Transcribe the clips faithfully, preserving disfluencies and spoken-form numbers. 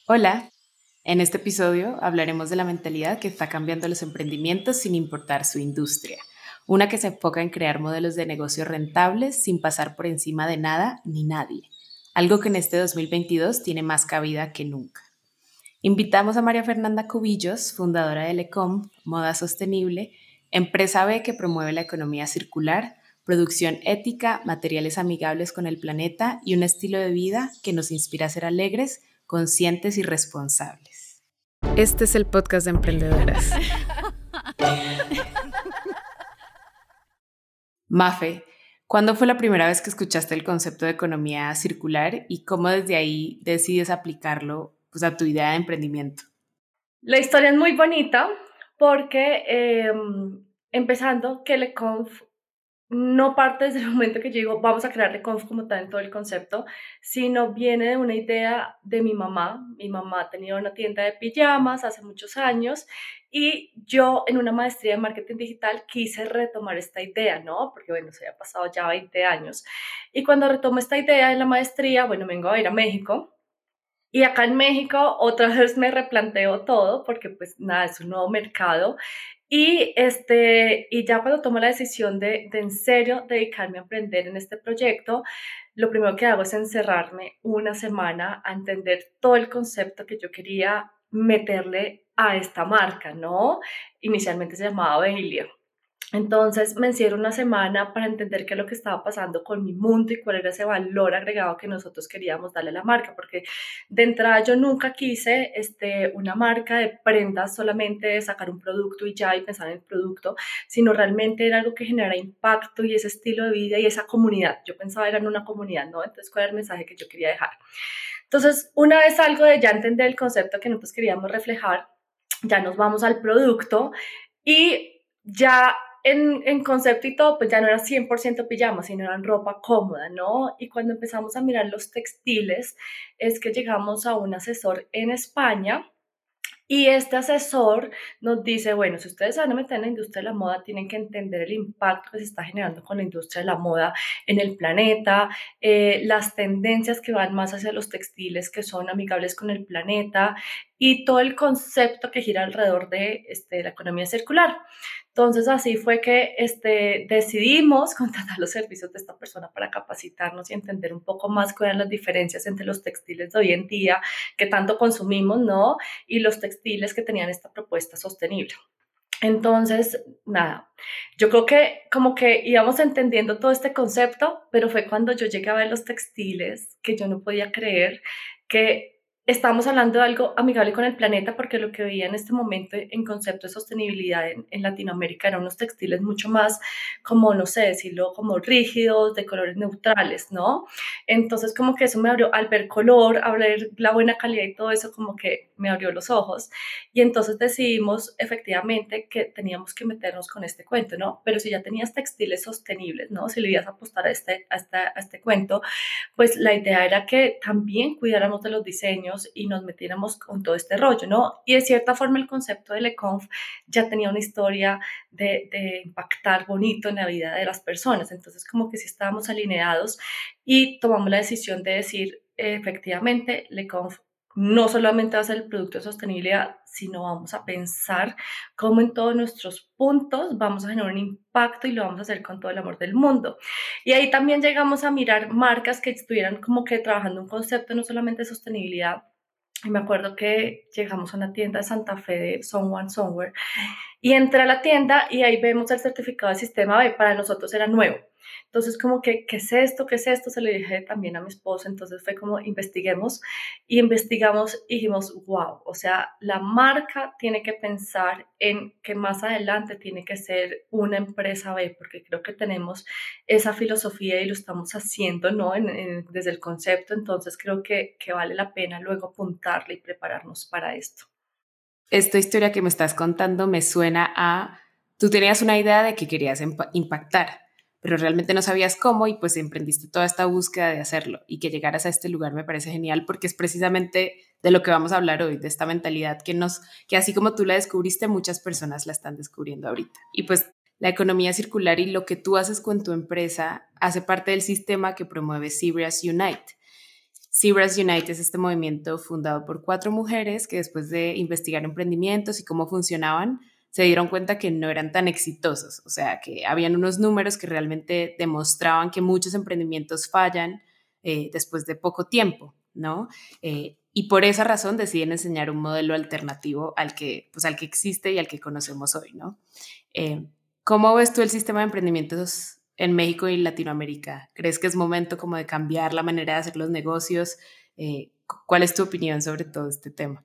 Hola, en este episodio hablaremos de la mentalidad que está cambiando los emprendimientos sin importar su industria, una que se enfoca en crear modelos de negocio rentables sin pasar por encima de nada ni nadie, algo que en este dos mil veintidós tiene más cabida que nunca. Invitamos a María Fernanda Cubillos, fundadora de Lecom, Moda Sostenible, empresa B que promueve la economía circular, producción ética, materiales amigables con el planeta y un estilo de vida que nos inspira a ser alegres, conscientes y responsables. Este es el podcast de emprendedoras. Mafe, ¿cuándo fue la primera vez que escuchaste el concepto de economía circular y cómo desde ahí decides aplicarlo, pues, a tu idea de emprendimiento? La historia es muy bonita porque eh, empezando que Leconf no parte desde el momento que yo digo vamos a crear Leconf como tal en todo el concepto, sino viene de una idea de mi mamá. Mi mamá tenía una tienda de pijamas hace muchos años y yo en una maestría de marketing digital quise retomar esta idea, ¿no? Porque bueno, se había pasado ya veinte años. Y cuando retomo esta idea en la maestría, bueno, vengo a ir a México. Y acá en México otra vez me replanteo todo porque pues nada, es un nuevo mercado. Y, este, y ya cuando tomo la decisión de, de en serio dedicarme a emprender en este proyecto, lo primero que hago es encerrarme una semana a entender todo el concepto que yo quería meterle a esta marca, ¿no? Inicialmente se llamaba Behilia. Entonces me encierro una semana para entender qué es lo que estaba pasando con mi mundo y cuál era ese valor agregado que nosotros queríamos darle a la marca, porque de entrada yo nunca quise este, una marca de prendas solamente de sacar un producto y ya y pensar en el producto, sino realmente era algo que generara impacto y ese estilo de vida y esa comunidad. Yo pensaba era en una comunidad, ¿no? Entonces, ¿cuál era el mensaje que yo quería dejar? Entonces, una vez algo de ya entender el concepto que nosotros queríamos reflejar, ya nos vamos al producto y ya en, en concepto y todo, pues ya no era cien por ciento pijama, sino eran ropa cómoda, ¿no? Y cuando empezamos a mirar los textiles, es que llegamos a un asesor en España y este asesor nos dice, bueno, si ustedes se van a meter en la industria de la moda, tienen que entender el impacto que se está generando con la industria de la moda en el planeta, eh, las tendencias que van más hacia los textiles que son amigables con el planeta y todo el concepto que gira alrededor de este, la economía circular. Entonces así fue que este, decidimos contratar los servicios de esta persona para capacitarnos y entender un poco más cuáles eran las diferencias entre los textiles de hoy en día que tanto consumimos, ¿no? Y los textiles que tenían esta propuesta sostenible. Entonces, nada, yo creo que como que íbamos entendiendo todo este concepto, pero fue cuando yo llegué a ver los textiles que yo no podía creer que estamos hablando de algo amigable con el planeta, porque lo que veía en este momento en concepto de sostenibilidad en, en Latinoamérica eran unos textiles mucho más, como, no sé, decirlo, como rígidos, de colores neutrales, ¿no? Entonces, como que eso me abrió, al ver color, al ver la buena calidad y todo eso, como que me abrió los ojos. Y entonces decidimos efectivamente que teníamos que meternos con este cuento, ¿no? Pero si ya tenías textiles sostenibles, ¿no? Si le ibas a apostar a este, a, esta, a este cuento, pues la idea era que también cuidáramos de los diseños y nos metiéramos con todo este rollo, ¿no? Y de cierta forma el concepto de Leconf ya tenía una historia de, de impactar bonito en la vida de las personas. Entonces como que sí estábamos alineados y tomamos la decisión de decir, efectivamente, Leconf no solamente va a ser el producto de sostenibilidad, sino vamos a pensar cómo en todos nuestros puntos vamos a generar un impacto y lo vamos a hacer con todo el amor del mundo. Y ahí también llegamos a mirar marcas que estuvieran como que trabajando un concepto no solamente de sostenibilidad. Y me acuerdo que llegamos a una tienda de Santa Fe de Someone Somewhere y entré a la tienda y ahí vemos el certificado de sistema B, para nosotros era nuevo. Entonces, como que, ¿qué es esto? ¿Qué es esto? Se lo dije también a mi esposo, entonces fue como, investiguemos, y investigamos y dijimos, wow, o sea, la marca tiene que pensar en que más adelante tiene que ser una empresa B, porque creo que tenemos esa filosofía y lo estamos haciendo, ¿no? En, en, desde el concepto, entonces creo que, que vale la pena luego apuntarle y prepararnos para esto. Esta historia que me estás contando me suena a, tú tenías una idea de que querías impactar, pero realmente no sabías cómo y pues emprendiste toda esta búsqueda de hacerlo, y que llegaras a este lugar me parece genial porque es precisamente de lo que vamos a hablar hoy, de esta mentalidad que nos, que así como tú la descubriste, muchas personas la están descubriendo ahorita. Y pues la economía circular y lo que tú haces con tu empresa hace parte del sistema que promueve Zebrias Unite. Zebras Unite es este movimiento fundado por cuatro mujeres que después de investigar emprendimientos y cómo funcionaban, se dieron cuenta que no eran tan exitosos, o sea, que habían unos números que realmente demostraban que muchos emprendimientos fallan eh, después de poco tiempo, ¿no? Eh, y por esa razón deciden enseñar un modelo alternativo al que, pues, al que existe y al que conocemos hoy, ¿no? Eh, ¿Cómo ves tú el sistema de emprendimientos en México y Latinoamérica? ¿Crees que es momento como de cambiar la manera de hacer los negocios? Eh, ¿Cuál es tu opinión sobre todo este tema?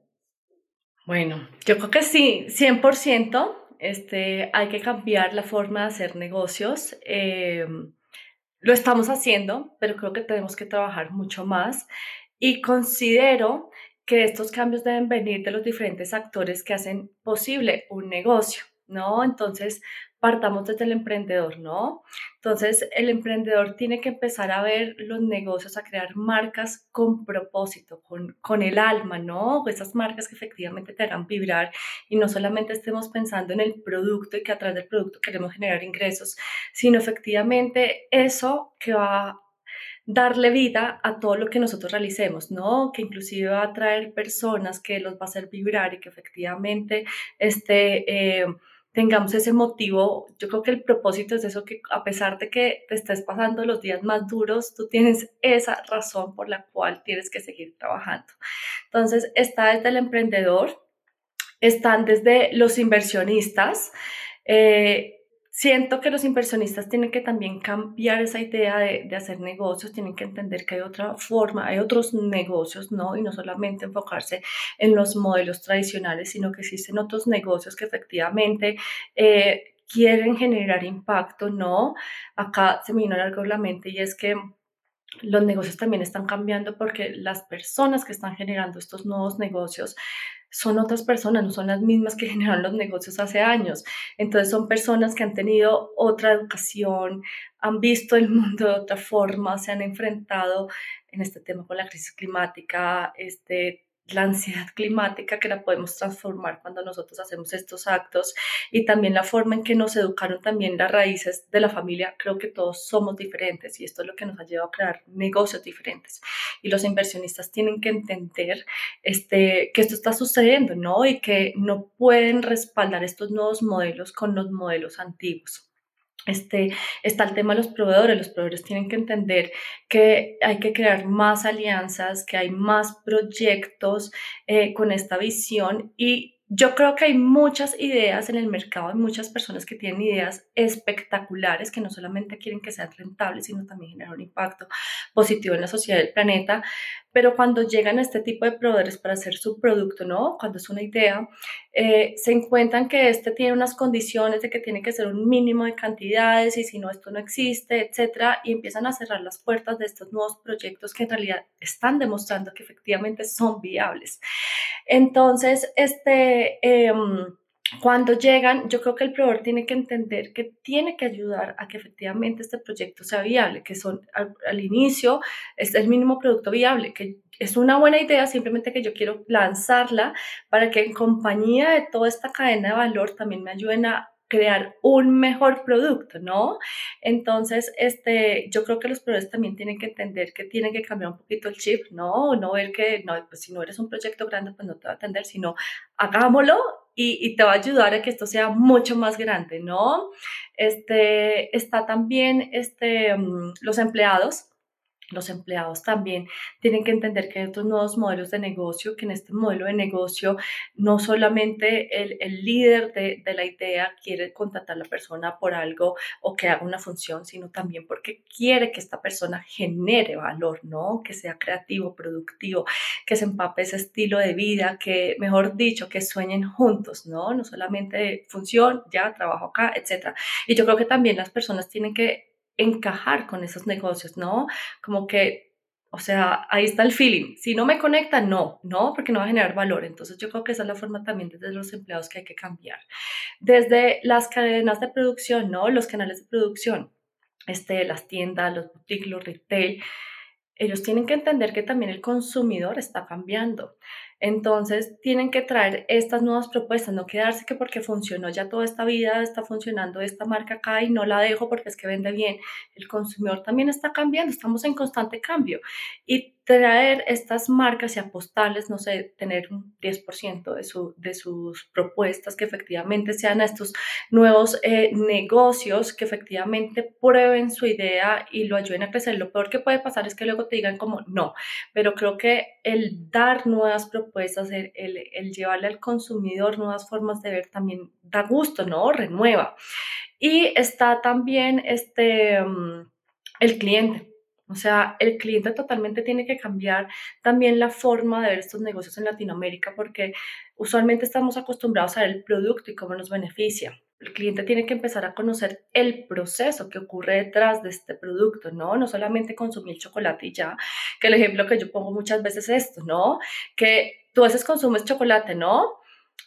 Bueno, yo creo que sí, cien por ciento. Este, hay que cambiar la forma de hacer negocios. Eh, lo estamos haciendo, pero creo que tenemos que trabajar mucho más. Y considero que estos cambios deben venir de los diferentes actores que hacen posible un negocio, ¿no? Entonces, partamos desde el emprendedor, ¿no? Entonces, el emprendedor tiene que empezar a ver los negocios, a crear marcas con propósito, con, con el alma, ¿no? Esas marcas que efectivamente te hagan vibrar y no solamente estemos pensando en el producto y que a través del producto queremos generar ingresos, sino efectivamente eso que va a darle vida a todo lo que nosotros realicemos, ¿no? Que inclusive va a atraer personas, que los va a hacer vibrar y que efectivamente este, eh, tengamos ese motivo. Yo creo que el propósito es eso, que a pesar de que te estés pasando los días más duros, tú tienes esa razón por la cual tienes que seguir trabajando. Entonces, está desde el emprendedor, están desde los inversionistas. Eh, Siento que los inversionistas tienen que también cambiar esa idea de, de hacer negocios, tienen que entender que hay otra forma, hay otros negocios, ¿no? Y no solamente enfocarse en los modelos tradicionales, sino que existen otros negocios que efectivamente eh, quieren generar impacto, ¿no? Acá se me vino algo a la mente y es que los negocios también están cambiando porque las personas que están generando estos nuevos negocios son otras personas, no son las mismas que generaron los negocios hace años. Entonces son personas que han tenido otra educación, han visto el mundo de otra forma, se han enfrentado en este tema con la crisis climática, este, la ansiedad climática, que la podemos transformar cuando nosotros hacemos estos actos, y también la forma en que nos educaron también las raíces de la familia. Creo que todos somos diferentes y esto es lo que nos ha llevado a crear negocios diferentes. Y los inversionistas tienen que entender este, que esto está sucediendo, ¿no? Y que no pueden respaldar estos nuevos modelos con los modelos antiguos. Este, está el tema de los proveedores. Los proveedores tienen que entender que hay que crear más alianzas, que hay más proyectos eh, con esta visión, y yo creo que hay muchas ideas en el mercado, hay muchas personas que tienen ideas espectaculares, que no solamente quieren que sean rentables, sino también generar un impacto positivo en la sociedad del planeta, pero cuando llegan a este tipo de proveedores para hacer su producto, ¿no? Cuando es una idea, eh, se encuentran que este tiene unas condiciones de que tiene que ser un mínimo de cantidades y si no, esto no existe, etcétera, y empiezan a cerrar las puertas de estos nuevos proyectos que en realidad están demostrando que efectivamente son viables. Entonces, este... Eh, cuando llegan, yo creo que el proveedor tiene que entender que tiene que ayudar a que efectivamente este proyecto sea viable, que son al, al inicio es el mínimo producto viable, que es una buena idea, simplemente que yo quiero lanzarla para que en compañía de toda esta cadena de valor también me ayuden a crear un mejor producto, ¿no? Entonces, este, yo creo que los proveedores también tienen que entender que tienen que cambiar un poquito el chip, ¿no? No ver que, no, pues si no eres un proyecto grande, pues no te va a atender, sino hagámoslo y, y te va a ayudar a que esto sea mucho más grande, ¿no? Este, está también este, um, los empleados. Los empleados también tienen que entender que hay otros nuevos modelos de negocio, que en este modelo de negocio no solamente el, el líder de, de la idea quiere contratar a la persona por algo o que haga una función, sino también porque quiere que esta persona genere valor, ¿no? Que sea creativo, productivo, que se empape ese estilo de vida, que, mejor dicho, que sueñen juntos, ¿no? No solamente función, ya, trabajo acá, etcétera. Y yo creo que también las personas tienen que encajar con esos negocios, ¿no? Como que, o sea, ahí está el feeling. Si no me conecta, no, no, porque no va a generar valor. Entonces yo creo que esa es la forma también desde los empleados que hay que cambiar. Desde las cadenas de producción, ¿no? Los canales de producción, este, las tiendas, los boutiques, los retail, ellos tienen que entender que también el consumidor está cambiando. Entonces, tienen que traer estas nuevas propuestas, no quedarse que porque funcionó ya toda esta vida, está funcionando esta marca acá y no la dejo porque es que vende bien. El consumidor también está cambiando, estamos en constante cambio. Y traer estas marcas y apostarles, no sé, tener un diez por ciento de, su, de sus propuestas que efectivamente sean a estos nuevos eh, negocios, que efectivamente prueben su idea y lo ayuden a crecer. Lo peor que puede pasar es que luego te digan como no, pero creo que el dar nuevas propuestas, el, el, el llevarle al consumidor nuevas formas de ver también da gusto, ¿no? Renueva. Y está también este, um, el cliente. O sea, el cliente totalmente tiene que cambiar también la forma de ver estos negocios en Latinoamérica porque usualmente estamos acostumbrados a ver el producto y cómo nos beneficia. El cliente tiene que empezar a conocer el proceso que ocurre detrás de este producto, ¿no? No solamente consumir chocolate y ya, que el ejemplo que yo pongo muchas veces es esto, ¿no? Que tú a veces consumes chocolate, ¿no?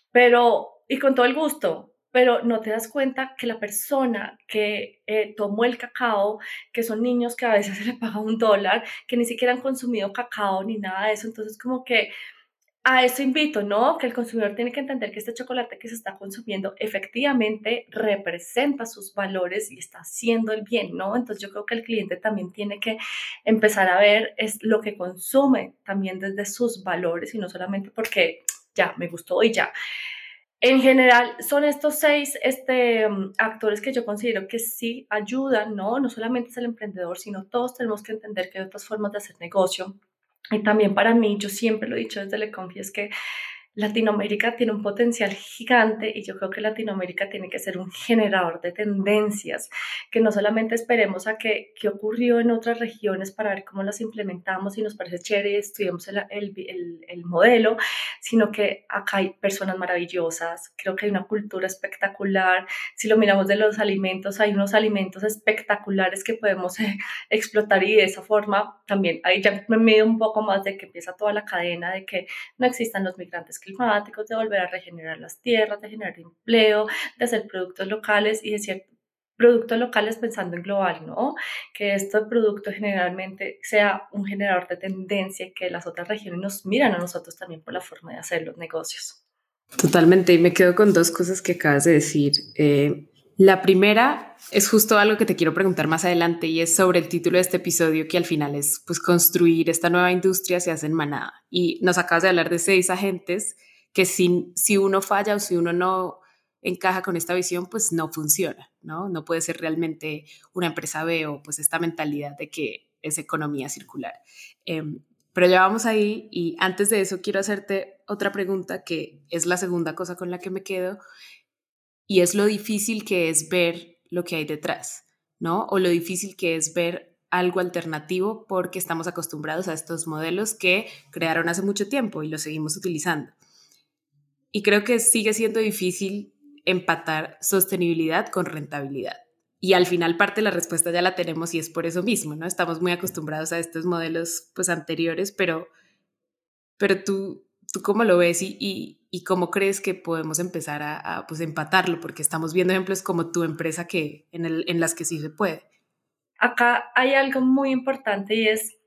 Pero, y con todo el gusto, pero no te das cuenta que la persona que eh, tomó el cacao, que son niños que a veces se les paga un dólar, que ni siquiera han consumido cacao ni nada de eso, entonces como que a eso invito, ¿no? Que el consumidor tiene que entender que este chocolate que se está consumiendo efectivamente representa sus valores y está haciendo el bien, ¿no? Entonces yo creo que el cliente también tiene que empezar a ver es lo que consume también desde sus valores y no solamente porque ya me gustó y ya. En general, son estos seis este, mm, actores que yo considero que sí ayudan, ¿no? No solamente es el emprendedor, sino todos tenemos que entender que hay otras formas de hacer negocio. Y también para mí, yo siempre lo he dicho desde Leconfi, es que Latinoamérica tiene un potencial gigante y yo creo que Latinoamérica tiene que ser un generador de tendencias, que no solamente esperemos a que, qué ocurrió en otras regiones para ver cómo las implementamos y nos parece chévere y estudiamos el, el, el, el modelo, sino que acá hay personas maravillosas, creo que hay una cultura espectacular. Si lo miramos de los alimentos, hay unos alimentos espectaculares que podemos eh, explotar y de esa forma también ahí ya me mido un poco más de que empieza toda la cadena de que no existan los migrantes climáticos, de volver a regenerar las tierras, de generar empleo, de hacer productos locales y de ciertos productos locales pensando en global, ¿no? Que este producto generalmente sea un generador de tendencia y que las otras regiones nos miran a nosotros también por la forma de hacer los negocios. Totalmente, y me quedo con dos cosas que acabas de decir. Eh, la primera es justo algo que te quiero preguntar más adelante y es sobre el título de este episodio, que al final es pues construir esta nueva industria se hace en manada. Y nos acabas de hablar de seis agentes que sin, si uno falla o si uno no encaja con esta visión, pues no funciona, ¿no? No puede ser realmente una empresa B o pues esta mentalidad de que es economía circular. Eh, pero ya vamos ahí y antes de eso quiero hacerte otra pregunta que es la segunda cosa con la que me quedo y es lo difícil que es ver lo que hay detrás, ¿no? O lo difícil que es ver algo alternativo porque estamos acostumbrados a estos modelos que crearon hace mucho tiempo y los seguimos utilizando. Y creo que sigue siendo difícil empatar sostenibilidad con rentabilidad. Y al final parte de la respuesta ya la tenemos y es por eso mismo, ¿no? Estamos muy acostumbrados a estos modelos pues anteriores, pero, pero tú, tú cómo lo ves y, y, y cómo crees que podemos empezar a, a pues empatarlo, porque estamos viendo ejemplos como tu empresa que, en, el, en las que sí se puede. Acá hay algo muy importante y es,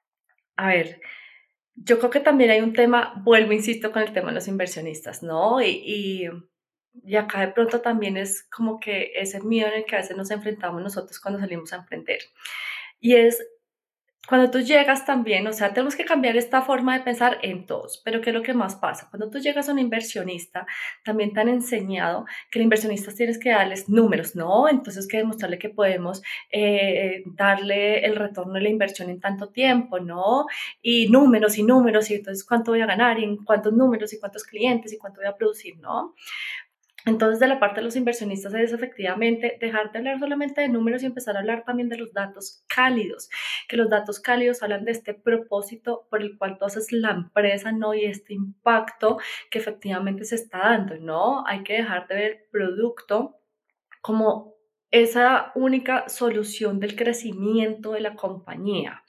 a ver, yo creo que también hay un tema, vuelvo, insisto, con el tema de los inversionistas, ¿no? Y, y, y acá de pronto también es como que ese miedo en el que a veces nos enfrentamos nosotros cuando salimos a emprender. Y es cuando tú llegas también, o sea, tenemos que cambiar esta forma de pensar en todos, pero ¿qué es lo que más pasa? Cuando tú llegas a un inversionista, también te han enseñado que el inversionista tienes que darles números, ¿no? Entonces, que demostrarle que podemos eh, darle el retorno de la inversión en tanto tiempo, ¿no? Y números y números, y entonces cuánto voy a ganar, y en cuántos números, y cuántos clientes, y cuánto voy a producir, ¿no? Entonces, de la parte de los inversionistas es efectivamente dejar de hablar solamente de números y empezar a hablar también de los datos cálidos, que los datos cálidos hablan de este propósito por el cual tú haces la empresa, ¿no? Y este impacto que efectivamente se está dando, ¿no? Hay que dejar de ver producto como esa única solución del crecimiento de la compañía.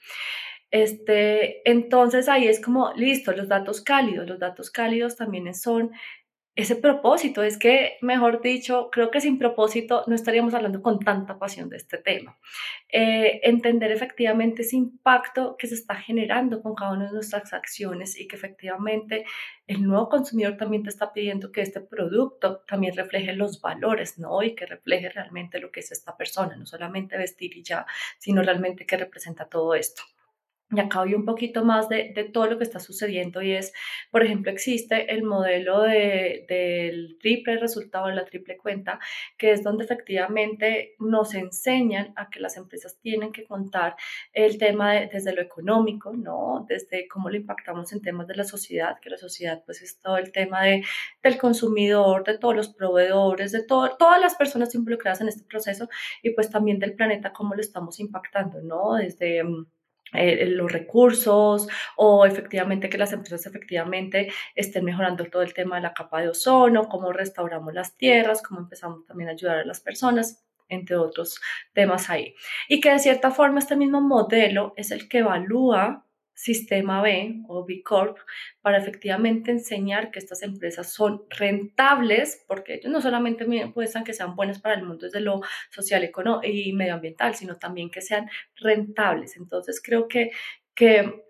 Este, entonces ahí es como, listo, los datos cálidos, los datos cálidos también son ese propósito. Es que, mejor dicho, creo que sin propósito no estaríamos hablando con tanta pasión de este tema. Eh, entender efectivamente ese impacto que se está generando con cada una de nuestras acciones y que efectivamente el nuevo consumidor también te está pidiendo que este producto también refleje los valores, ¿no? Y que refleje realmente lo que es esta persona, no solamente vestir y ya, sino realmente que representa todo esto. Y acá hoy un poquito más de, de todo lo que está sucediendo y es, por ejemplo, existe el modelo de, del triple resultado, de la triple cuenta, que es donde efectivamente nos enseñan a que las empresas tienen que contar el tema de, desde lo económico, ¿no? Desde cómo lo impactamos en temas de la sociedad, que la sociedad pues es todo el tema de, del consumidor, de todos los proveedores, de todo, todas las personas involucradas en este proceso y pues también del planeta, cómo lo estamos impactando, ¿no? Desde eh, los recursos o efectivamente que las empresas efectivamente estén mejorando todo el tema de la capa de ozono, cómo restauramos las tierras, cómo empezamos también a ayudar a las personas, entre otros temas ahí. Y que de cierta forma este mismo modelo es el que evalúa Sistema B o B Corp para efectivamente enseñar que estas empresas son rentables, porque ellos no solamente piensan que sean buenas para el mundo desde lo social y medioambiental, sino también que sean rentables. Entonces creo que, que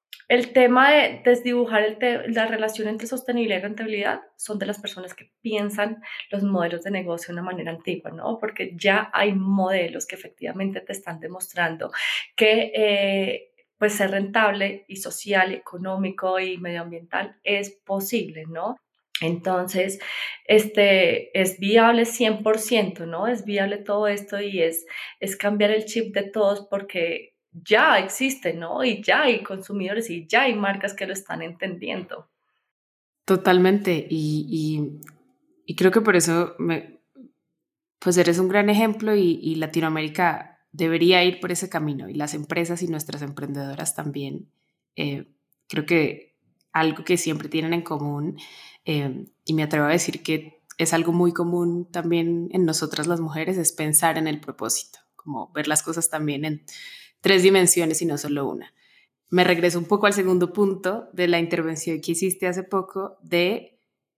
el tema de desdibujar el te la relación entre sostenibilidad y rentabilidad son de las personas que piensan los modelos de negocio de una manera antigua, ¿no? Porque ya hay modelos que efectivamente te están demostrando que eh, pues ser rentable y social, económico y medioambiental es posible, ¿no? Entonces, este, es viable cien por ciento, ¿no? Es viable todo esto y es, es cambiar el chip de todos porque ya existe, ¿no? Y ya hay consumidores y ya hay marcas que lo están entendiendo. Totalmente. Y, y, y creo que por eso, me, pues eres un gran ejemplo y, y Latinoamérica debería ir por ese camino y las empresas y nuestras emprendedoras también. Eh, creo que algo que siempre tienen en común, eh, y me atrevo a decir que es algo muy común también en nosotras las mujeres, es pensar en el propósito, como ver las cosas también en tres dimensiones y no solo una. Me regreso un poco al segundo punto de la intervención que hiciste hace poco de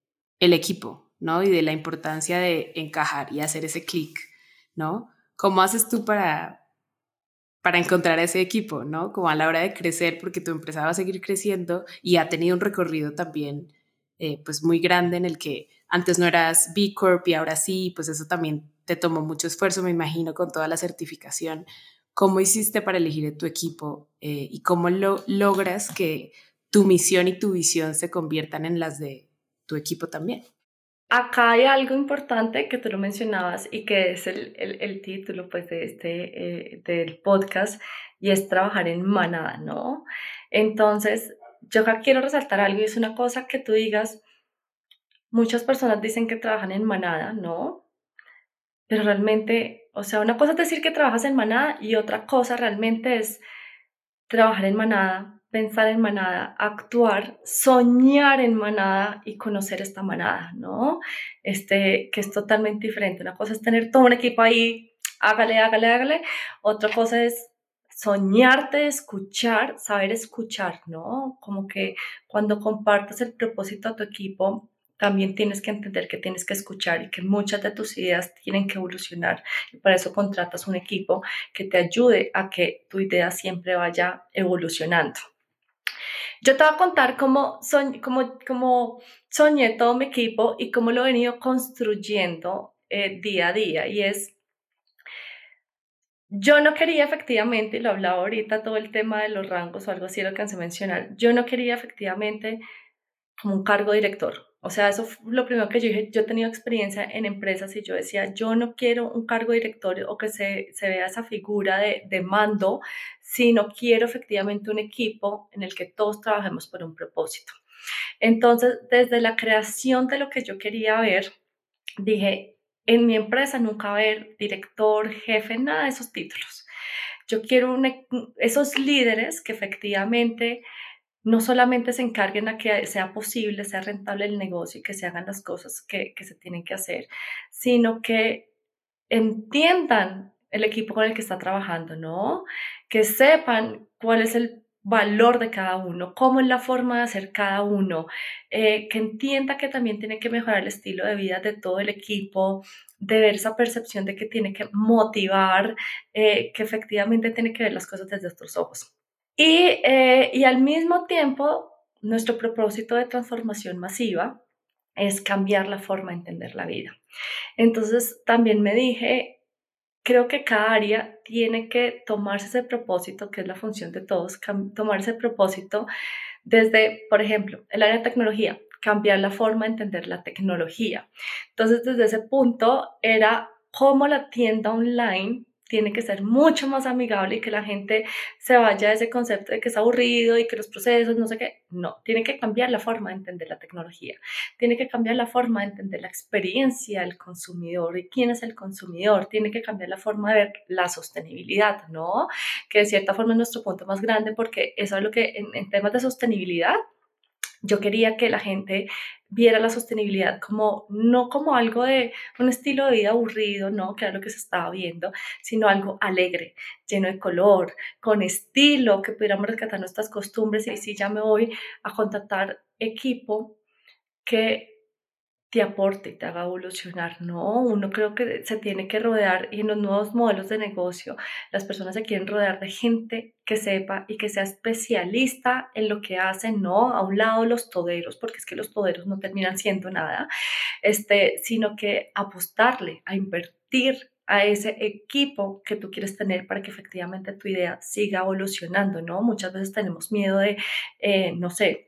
el equipo, ¿no? Y de la importancia de encajar y hacer ese clic, ¿no? ¿Cómo haces tú para, para encontrar ese equipo, ¿no? Como a la hora de crecer, porque tu empresa va a seguir creciendo y ha tenido un recorrido también, eh, pues muy grande en el que antes no eras B Corp y ahora sí, pues eso también te tomó mucho esfuerzo, me imagino, con toda la certificación. ¿Cómo hiciste para elegir tu equipo eh, y cómo lo logras que tu misión y tu visión se conviertan en las de tu equipo también? Acá hay algo importante que tú lo mencionabas y que es el, el, el título pues, de este, eh, del podcast y es trabajar en manada, ¿no? Entonces, yo acá quiero resaltar algo y es una cosa que tú digas, muchas personas dicen que trabajan en manada, ¿no? Pero realmente, o sea, una cosa es decir que trabajas en manada y otra cosa realmente es trabajar en manada, pensar en manada, actuar, soñar en manada y conocer esta manada, ¿no? Este, que es totalmente diferente. Una cosa es tener todo un equipo ahí, hágale, hágale, hágale. Otra cosa es soñarte, escuchar, saber escuchar, ¿no? Como que cuando compartes el propósito a tu equipo, también tienes que entender que tienes que escuchar y que muchas de tus ideas tienen que evolucionar. Y para eso contratas un equipo que te ayude a que tu idea siempre vaya evolucionando. Yo te voy a contar cómo, soñ cómo, cómo soñé todo mi equipo y cómo lo he venido construyendo eh, día a día. Y es, yo no quería efectivamente, y lo hablaba ahorita, todo el tema de los rangos o algo así lo alcancé a mencionar, yo no quería efectivamente como un cargo director. O sea, eso fue lo primero que yo dije. Yo he tenido experiencia en empresas y yo decía, yo no quiero un cargo directorio o que se, se vea esa figura de, de mando, sino quiero efectivamente un equipo en el que todos trabajemos por un propósito. Entonces, desde la creación de lo que yo quería ver, dije, en mi empresa nunca va a haber director, jefe, nada de esos títulos. Yo quiero un, e, esos líderes que efectivamente no solamente se encarguen a que sea posible, sea rentable el negocio y que se hagan las cosas que, que se tienen que hacer, sino que entiendan el equipo con el que está trabajando, ¿no? Que sepan cuál es el valor de cada uno, cómo es la forma de hacer cada uno, eh, que entienda que también tiene que mejorar el estilo de vida de todo el equipo, de ver esa percepción de que tiene que motivar, eh, que efectivamente tiene que ver las cosas desde otros ojos. Y, eh, y al mismo tiempo, nuestro propósito de transformación masiva es cambiar la forma de entender la vida. Entonces, también me dije, creo que cada área tiene que tomarse ese propósito, que es la función de todos, tomar ese propósito desde, por ejemplo, el área de tecnología, cambiar la forma de entender la tecnología. Entonces, desde ese punto era cómo la tienda online tiene que ser mucho más amigable y que la gente se vaya de ese concepto de que es aburrido y que los procesos, no sé qué. No, tiene que cambiar la forma de entender la tecnología. Tiene que cambiar la forma de entender la experiencia del consumidor y quién es el consumidor. Tiene que cambiar la forma de ver la sostenibilidad, ¿no? Que de cierta forma es nuestro punto más grande porque eso es lo que en, en temas de sostenibilidad yo quería que la gente viera la sostenibilidad como, no como algo de un estilo de vida aburrido, ¿no? Que era lo que se estaba viendo, sino algo alegre, lleno de color, con estilo, que pudiéramos rescatar nuestras costumbres. Y ahí sí ya me voy a contratar equipo que te aporte y te haga evolucionar. No, uno creo que se tiene que rodear y en los nuevos modelos de negocio las personas se quieren rodear de gente que sepa y que sea especialista en lo que hacen, no a un lado los toderos, porque es que los toderos no terminan siendo nada, este, sino que apostarle, a invertir a ese equipo que tú quieres tener para que efectivamente tu idea siga evolucionando, ¿no? Muchas veces tenemos miedo de, eh, no sé,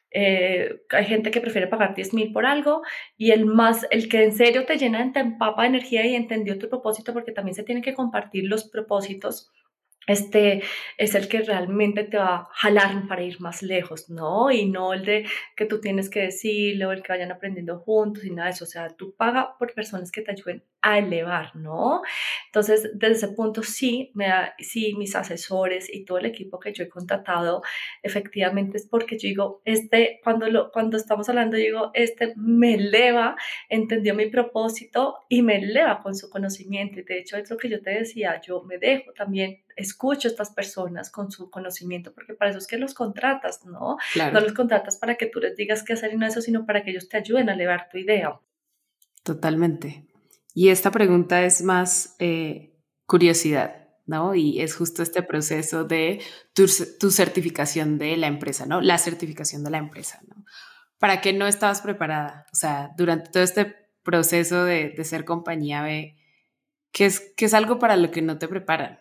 eh, hay gente que prefiere pagar diez mil por algo y el más, el que en serio te llena, te empapa de energía y entendió tu propósito, porque también se tienen que compartir los propósitos, este es el que realmente te va a jalar para ir más lejos, ¿no? Y no el de que tú tienes que decirle o el que vayan aprendiendo juntos y nada de eso. O sea, tú paga por personas que te ayuden a elevar, ¿no? Entonces, desde ese punto sí, me da, sí, mis asesores y todo el equipo que yo he contratado, efectivamente es porque yo digo, este, cuando, lo, cuando estamos hablando, yo digo, este me eleva, entendió mi propósito y me eleva con su conocimiento. Y de hecho, es lo que yo te decía, yo me dejo también, escucho a estas personas con su conocimiento, porque para eso es que los contratas, ¿no? Claro. No los contratas para que tú les digas qué hacer y no eso, sino para que ellos te ayuden a elevar tu idea. Totalmente. Y esta pregunta es más eh, curiosidad, ¿no? Y es justo este proceso de tu, tu certificación de la empresa, ¿no? La certificación de la empresa, ¿no? ¿Para qué no estabas preparada? O sea, durante todo este proceso de, de ser compañía B, ¿qué es, qué es algo para lo que no te preparan?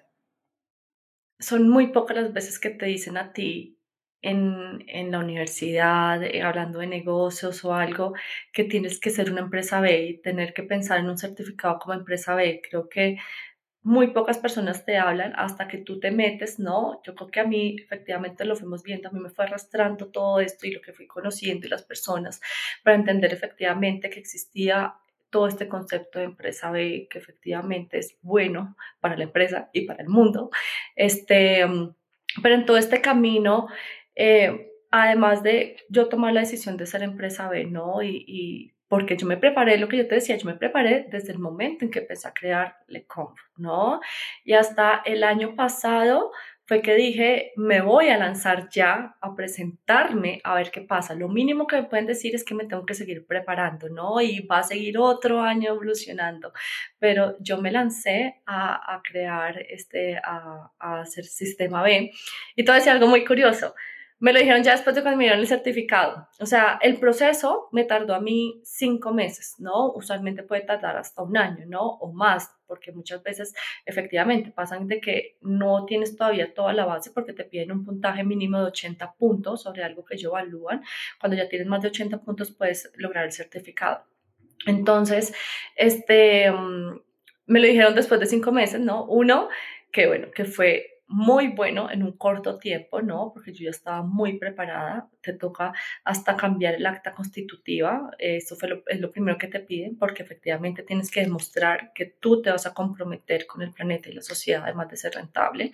Son muy pocas las veces que te dicen a ti en, en la universidad, eh, hablando de negocios o algo, que tienes que ser una empresa B y tener que pensar en un certificado como empresa B. Creo que muy pocas personas te hablan hasta que tú te metes, ¿no? Yo creo que a mí, efectivamente, lo fuimos viendo, a mí me fue arrastrando todo esto y lo que fui conociendo y las personas para entender efectivamente que existía todo este concepto de empresa B, que efectivamente es bueno para la empresa y para el mundo. Este, mm, pero en todo este camino, eh, además de yo tomar la decisión de ser empresa B, ¿no? Y, y porque yo me preparé, lo que yo te decía, yo me preparé desde el momento en que empecé a crear LeConf, ¿no? Y hasta el año pasado fue que dije, me voy a lanzar ya a presentarme a ver qué pasa. Lo mínimo que me pueden decir es que me tengo que seguir preparando, ¿no? Y va a seguir otro año evolucionando. Pero yo me lancé a, a crear, este, a, a hacer sistema B. Y te voy a decir algo muy curioso. Me lo dijeron ya después de cuando me dieron el certificado. O sea, el proceso me tardó a mí cinco meses, ¿no? Usualmente puede tardar hasta un año, ¿no? O más, porque muchas veces efectivamente pasan de que no tienes todavía toda la base porque te piden un puntaje mínimo de ochenta puntos sobre algo que ellos evalúan. Cuando ya tienes más de ochenta puntos puedes lograr el certificado. Entonces, este, um, me lo dijeron después de cinco meses, ¿no? Uno, que bueno, que fue muy bueno en un corto tiempo, ¿no? Porque yo ya estaba muy preparada, te toca hasta cambiar el acta constitutiva, eso fue lo, es lo primero que te piden, porque efectivamente tienes que demostrar que tú te vas a comprometer con el planeta y la sociedad, además de ser rentable,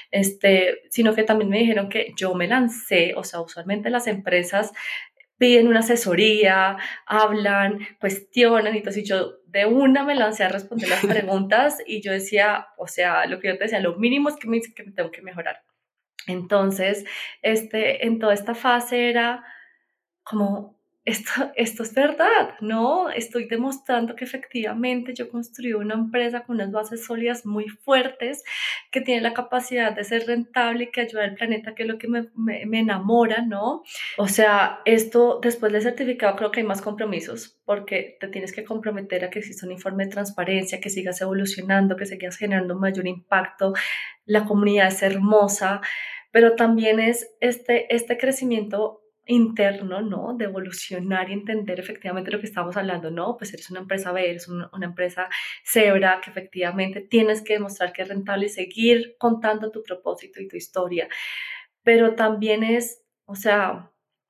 este, sino que también me dijeron que yo me lancé, o sea, usualmente las empresas piden una asesoría, hablan, cuestionan, y entonces yo de una me lancé a responder las preguntas y yo decía, o sea, lo que yo te decía, lo mínimo es que me dice que me tengo que mejorar. Entonces, este, en toda esta fase era como esto, esto es verdad, ¿no? Estoy demostrando que efectivamente yo construí una empresa con unas bases sólidas muy fuertes, que tiene la capacidad de ser rentable y que ayuda al planeta, que es lo que me, me, me enamora, ¿no? O sea, esto después del certificado creo que hay más compromisos, porque te tienes que comprometer a que exista un informe de transparencia, que sigas evolucionando, que sigas generando mayor impacto. La comunidad es hermosa, pero también es este, este crecimiento interno, ¿no? De evolucionar y entender efectivamente lo que estamos hablando, ¿no? Pues eres una empresa B, eres una, una empresa cebra, que efectivamente tienes que demostrar que es rentable y seguir contando tu propósito y tu historia. Pero también es, o sea,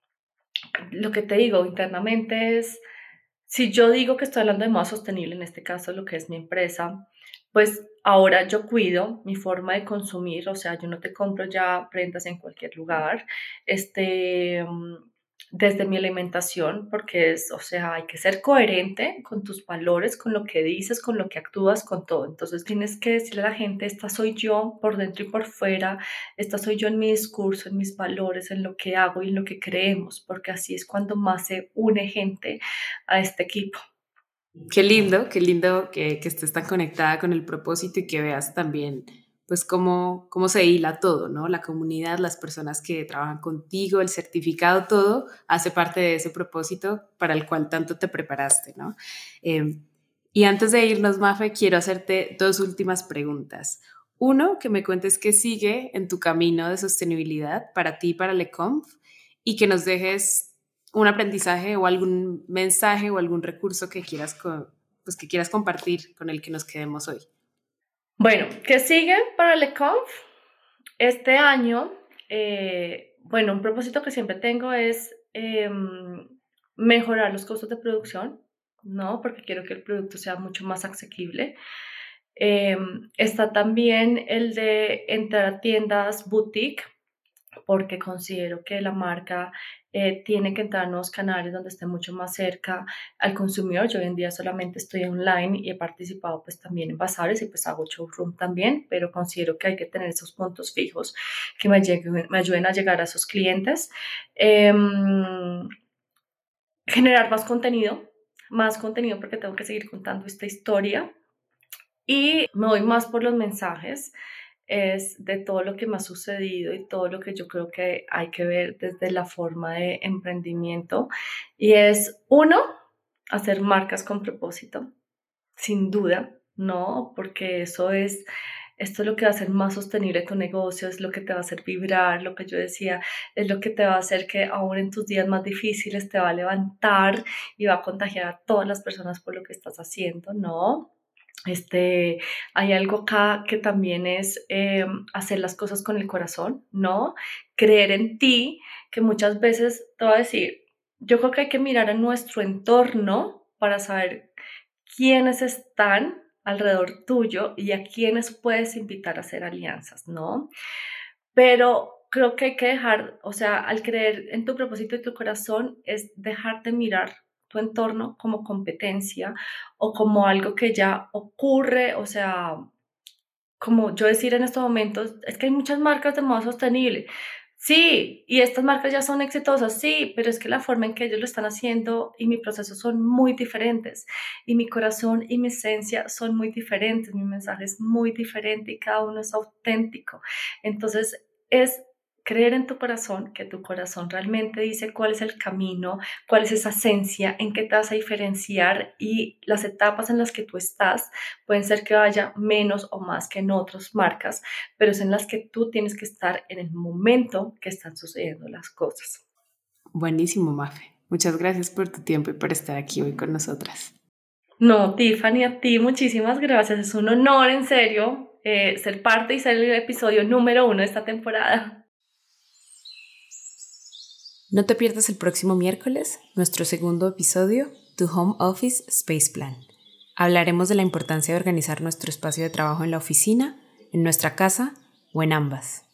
lo que te digo internamente es, si yo digo que estoy hablando de moda sostenible, en este caso lo que es mi empresa, pues ahora yo cuido mi forma de consumir, o sea, yo no te compro ya prendas en cualquier lugar, este, mm, desde mi alimentación, porque es, o sea, hay que ser coherente con tus valores, con lo que dices, con lo que actúas, con todo. Entonces tienes que decirle a la gente, esta soy yo por dentro y por fuera, esta soy yo en mi discurso, en mis valores, en lo que hago y en lo que creemos, porque así es cuando más se une gente a este equipo. Qué lindo, qué lindo que, que estés tan conectada con el propósito y que veas también pues cómo, cómo se hila todo, ¿no? La comunidad, las personas que trabajan contigo, el certificado, todo hace parte de ese propósito para el cual tanto te preparaste, ¿no? Eh, y antes de irnos, Mafe, quiero hacerte dos últimas preguntas. Uno, que me cuentes qué sigue en tu camino de sostenibilidad para ti y para Leconf y que nos dejes un aprendizaje o algún mensaje o algún recurso que quieras, co- pues que quieras compartir con el que nos quedemos hoy. Bueno, ¿qué sigue para LeConf? Este año, eh, bueno, un propósito que siempre tengo es em, mejorar los costos de producción, ¿no? Porque quiero que el producto sea mucho más asequible. Em, está también el de entrar a tiendas boutique, porque considero que la marca eh, tiene que entrar en nuevos canales donde esté mucho más cerca al consumidor. Yo hoy en día solamente estoy online y he participado pues también en bazares y pues hago showroom también, pero considero que hay que tener esos puntos fijos que me, lleguen, me ayuden a llegar a esos clientes. Eh, generar más contenido, más contenido porque tengo que seguir contando esta historia y me voy más por los mensajes es de todo lo que me ha sucedido y todo lo que yo creo que hay que ver desde la forma de emprendimiento. Y es, uno, hacer marcas con propósito, sin duda, ¿no? Porque eso es, esto es lo que va a hacer más sostenible tu negocio, es lo que te va a hacer vibrar, lo que yo decía, es lo que te va a hacer que aún en tus días más difíciles te va a levantar y va a contagiar a todas las personas por lo que estás haciendo, ¿no? Este, hay algo acá que también es eh, hacer las cosas con el corazón, ¿no? Creer en ti, que muchas veces te voy a decir, yo creo que hay que mirar a nuestro entorno para saber quiénes están alrededor tuyo y a quiénes puedes invitar a hacer alianzas, ¿no? Pero creo que hay que dejar, o sea, al creer en tu propósito y tu corazón es dejarte mirar tu entorno como competencia o como algo que ya ocurre, o sea, como yo decir en estos momentos, es que hay muchas marcas de moda sostenible. Sí, y estas marcas ya son exitosas, sí, pero es que la forma en que ellos lo están haciendo y mi proceso son muy diferentes. Y mi corazón y mi esencia son muy diferentes, mi mensaje es muy diferente y cada uno es auténtico. Entonces, es creer en tu corazón, que tu corazón realmente dice cuál es el camino, cuál es esa esencia, en qué te vas a diferenciar y las etapas en las que tú estás pueden ser que vaya menos o más que en otras marcas, pero es en las que tú tienes que estar en el momento que están sucediendo las cosas. Buenísimo, Mafe. Muchas gracias por tu tiempo y por estar aquí hoy con nosotras. No, Tiffany, a ti muchísimas gracias. Es un honor, en serio, eh, ser parte y ser el episodio número uno de esta temporada. No te pierdas el próximo miércoles, nuestro segundo episodio, Tu Home Office Space Plan. Hablaremos de la importancia de organizar nuestro espacio de trabajo en la oficina, en nuestra casa o en ambas.